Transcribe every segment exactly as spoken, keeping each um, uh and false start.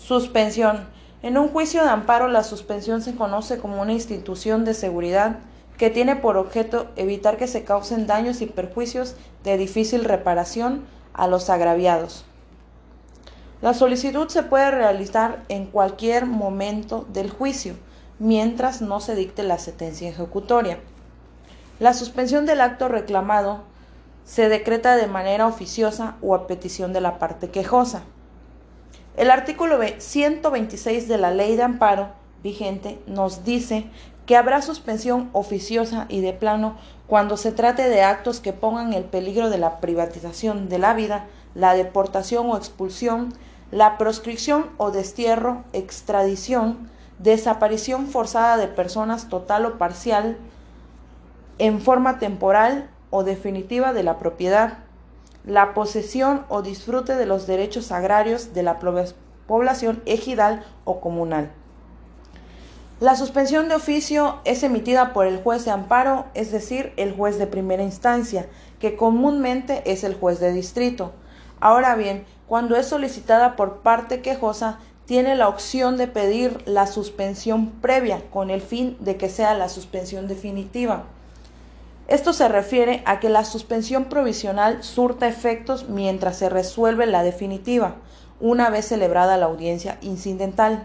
Suspensión. En un juicio de amparo, la suspensión se conoce como una institución de seguridad que tiene por objeto evitar que se causen daños y perjuicios de difícil reparación a los agraviados. La solicitud se puede realizar en cualquier momento del juicio, mientras no se dicte la sentencia ejecutoria. La suspensión del acto reclamado se decreta de manera oficiosa o a petición de la parte quejosa. El artículo ciento veintiséis de la Ley de Amparo vigente nos dice que habrá suspensión oficiosa y de plano cuando se trate de actos que pongan en peligro de la privatización de la vida, la deportación o expulsión, la proscripción o destierro, extradición, desaparición forzada de personas total o parcial, en forma temporal o definitiva de la propiedad, la posesión o disfrute de los derechos agrarios de la población ejidal o comunal. La suspensión de oficio es emitida por el juez de amparo, es decir, el juez de primera instancia, que comúnmente es el juez de distrito. Ahora bien, cuando es solicitada por parte quejosa, tiene la opción de pedir la suspensión previa con el fin de que sea la suspensión definitiva. Esto se refiere a que la suspensión provisional surta efectos mientras se resuelve la definitiva, una vez celebrada la audiencia incidental.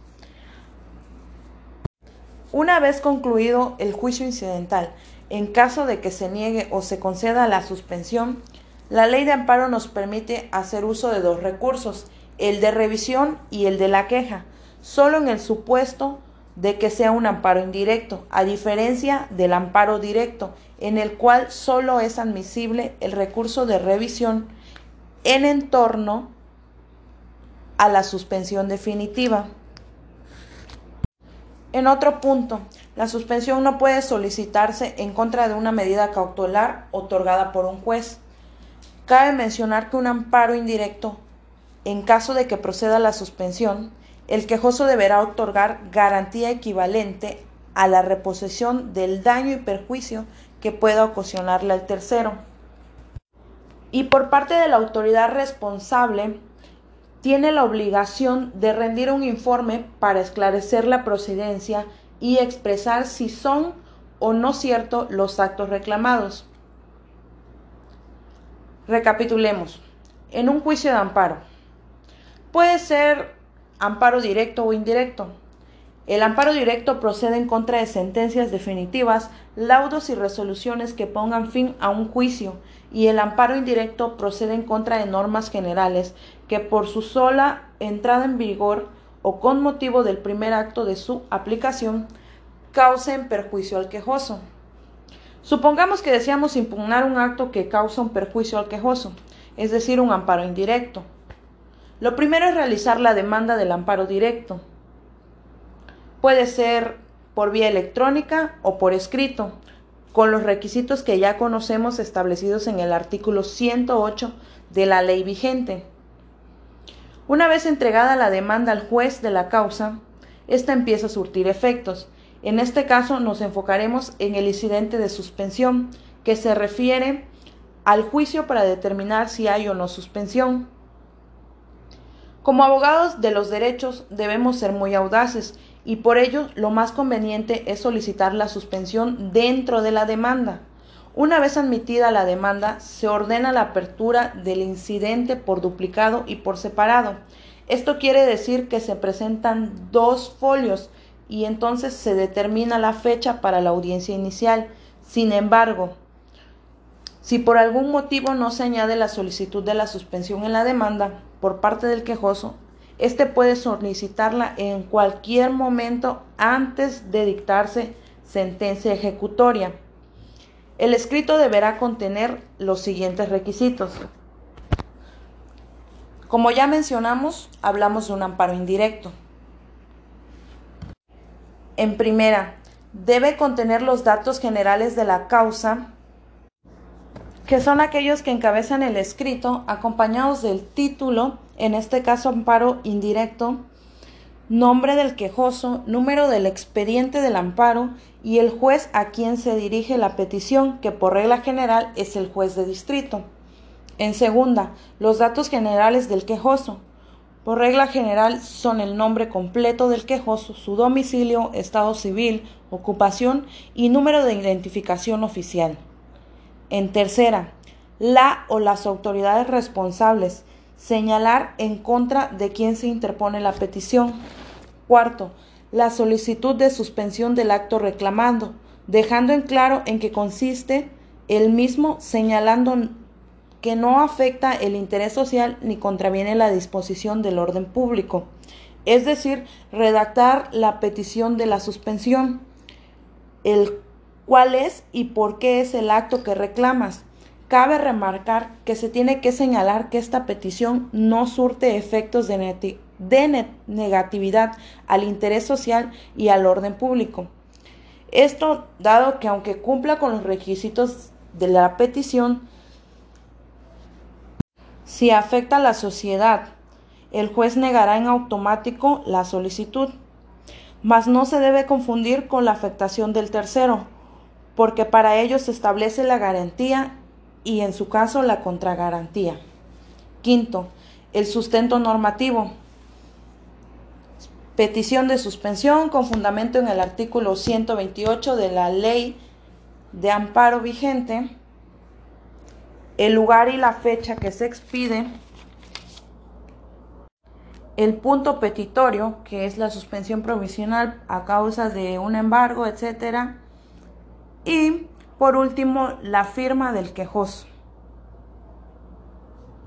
Una vez concluido el juicio incidental, en caso de que se niegue o se conceda la suspensión, la Ley de Amparo nos permite hacer uso de dos recursos, el de revisión y el de la queja, solo en el supuesto de que sea un amparo indirecto, a diferencia del amparo directo, en el cual solo es admisible el recurso de revisión en torno a la suspensión definitiva. En otro punto, la suspensión no puede solicitarse en contra de una medida cautelar otorgada por un juez. Cabe mencionar que un amparo indirecto, en caso de que proceda la suspensión, el quejoso deberá otorgar garantía equivalente a la reposición del daño y perjuicio que pueda ocasionarle al tercero. Y por parte de la autoridad responsable, tiene la obligación de rendir un informe para esclarecer la procedencia y expresar si son o no ciertos los actos reclamados. Recapitulemos. En un juicio de amparo, puede ser amparo directo o indirecto. El amparo directo procede en contra de sentencias definitivas, laudos y resoluciones que pongan fin a un juicio, y el amparo indirecto procede en contra de normas generales que por su sola entrada en vigor o con motivo del primer acto de su aplicación causen perjuicio al quejoso. Supongamos que deseamos impugnar un acto que causa un perjuicio al quejoso, es decir, un amparo indirecto. Lo primero es realizar la demanda del amparo directo. Puede ser por vía electrónica o por escrito, con los requisitos que ya conocemos establecidos en el artículo ciento ocho de la ley vigente. Una vez entregada la demanda al juez de la causa, ésta empieza a surtir efectos. En este caso nos enfocaremos en el incidente de suspensión, que se refiere al juicio para determinar si hay o no suspensión. Como abogados de los derechos debemos ser muy audaces y por ello lo más conveniente es solicitar la suspensión dentro de la demanda. Una vez admitida la demanda, se ordena la apertura del incidente por duplicado y por separado. Esto quiere decir que se presentan dos folios y entonces se determina la fecha para la audiencia inicial. Sin embargo, si por algún motivo no se añade la solicitud de la suspensión en la demanda por parte del quejoso, éste puede solicitarla en cualquier momento antes de dictarse sentencia ejecutoria. El escrito deberá contener los siguientes requisitos. Como ya mencionamos, hablamos de un amparo indirecto. En primera, debe contener los datos generales de la causa, que son aquellos que encabezan el escrito, acompañados del título, en este caso amparo indirecto, nombre del quejoso, número del expediente del amparo y el juez a quien se dirige la petición, que por regla general es el juez de distrito. En segunda, los datos generales del quejoso, Por regla general son el nombre completo del quejoso, su domicilio, estado civil, ocupación y número de identificación oficial. En tercera, la o las autoridades responsables, señalar en contra de quien se interpone la petición. Cuarto, la solicitud de suspensión del acto reclamando, dejando en claro en qué consiste el mismo, señalando que no afecta el interés social ni contraviene la disposición del orden público. Es decir, redactar la petición de la suspensión, el cuál es y por qué es el acto que reclamas. Cabe remarcar que se tiene que señalar que esta petición no surte efectos de, neti- de ne- negatividad al interés social y al orden público. Esto dado que aunque cumpla con los requisitos de la petición, si afecta a la sociedad, el juez negará en automático la solicitud, mas no se debe confundir con la afectación del tercero, porque para ello se establece la garantía y en su caso la contragarantía. Quinto, el sustento normativo. Petición de suspensión con fundamento en el artículo ciento veintiocho de la Ley de Amparo vigente, el lugar y la fecha que se expide, el punto petitorio, que es la suspensión provisional a causa de un embargo, etcétera, y por último, la firma del quejoso.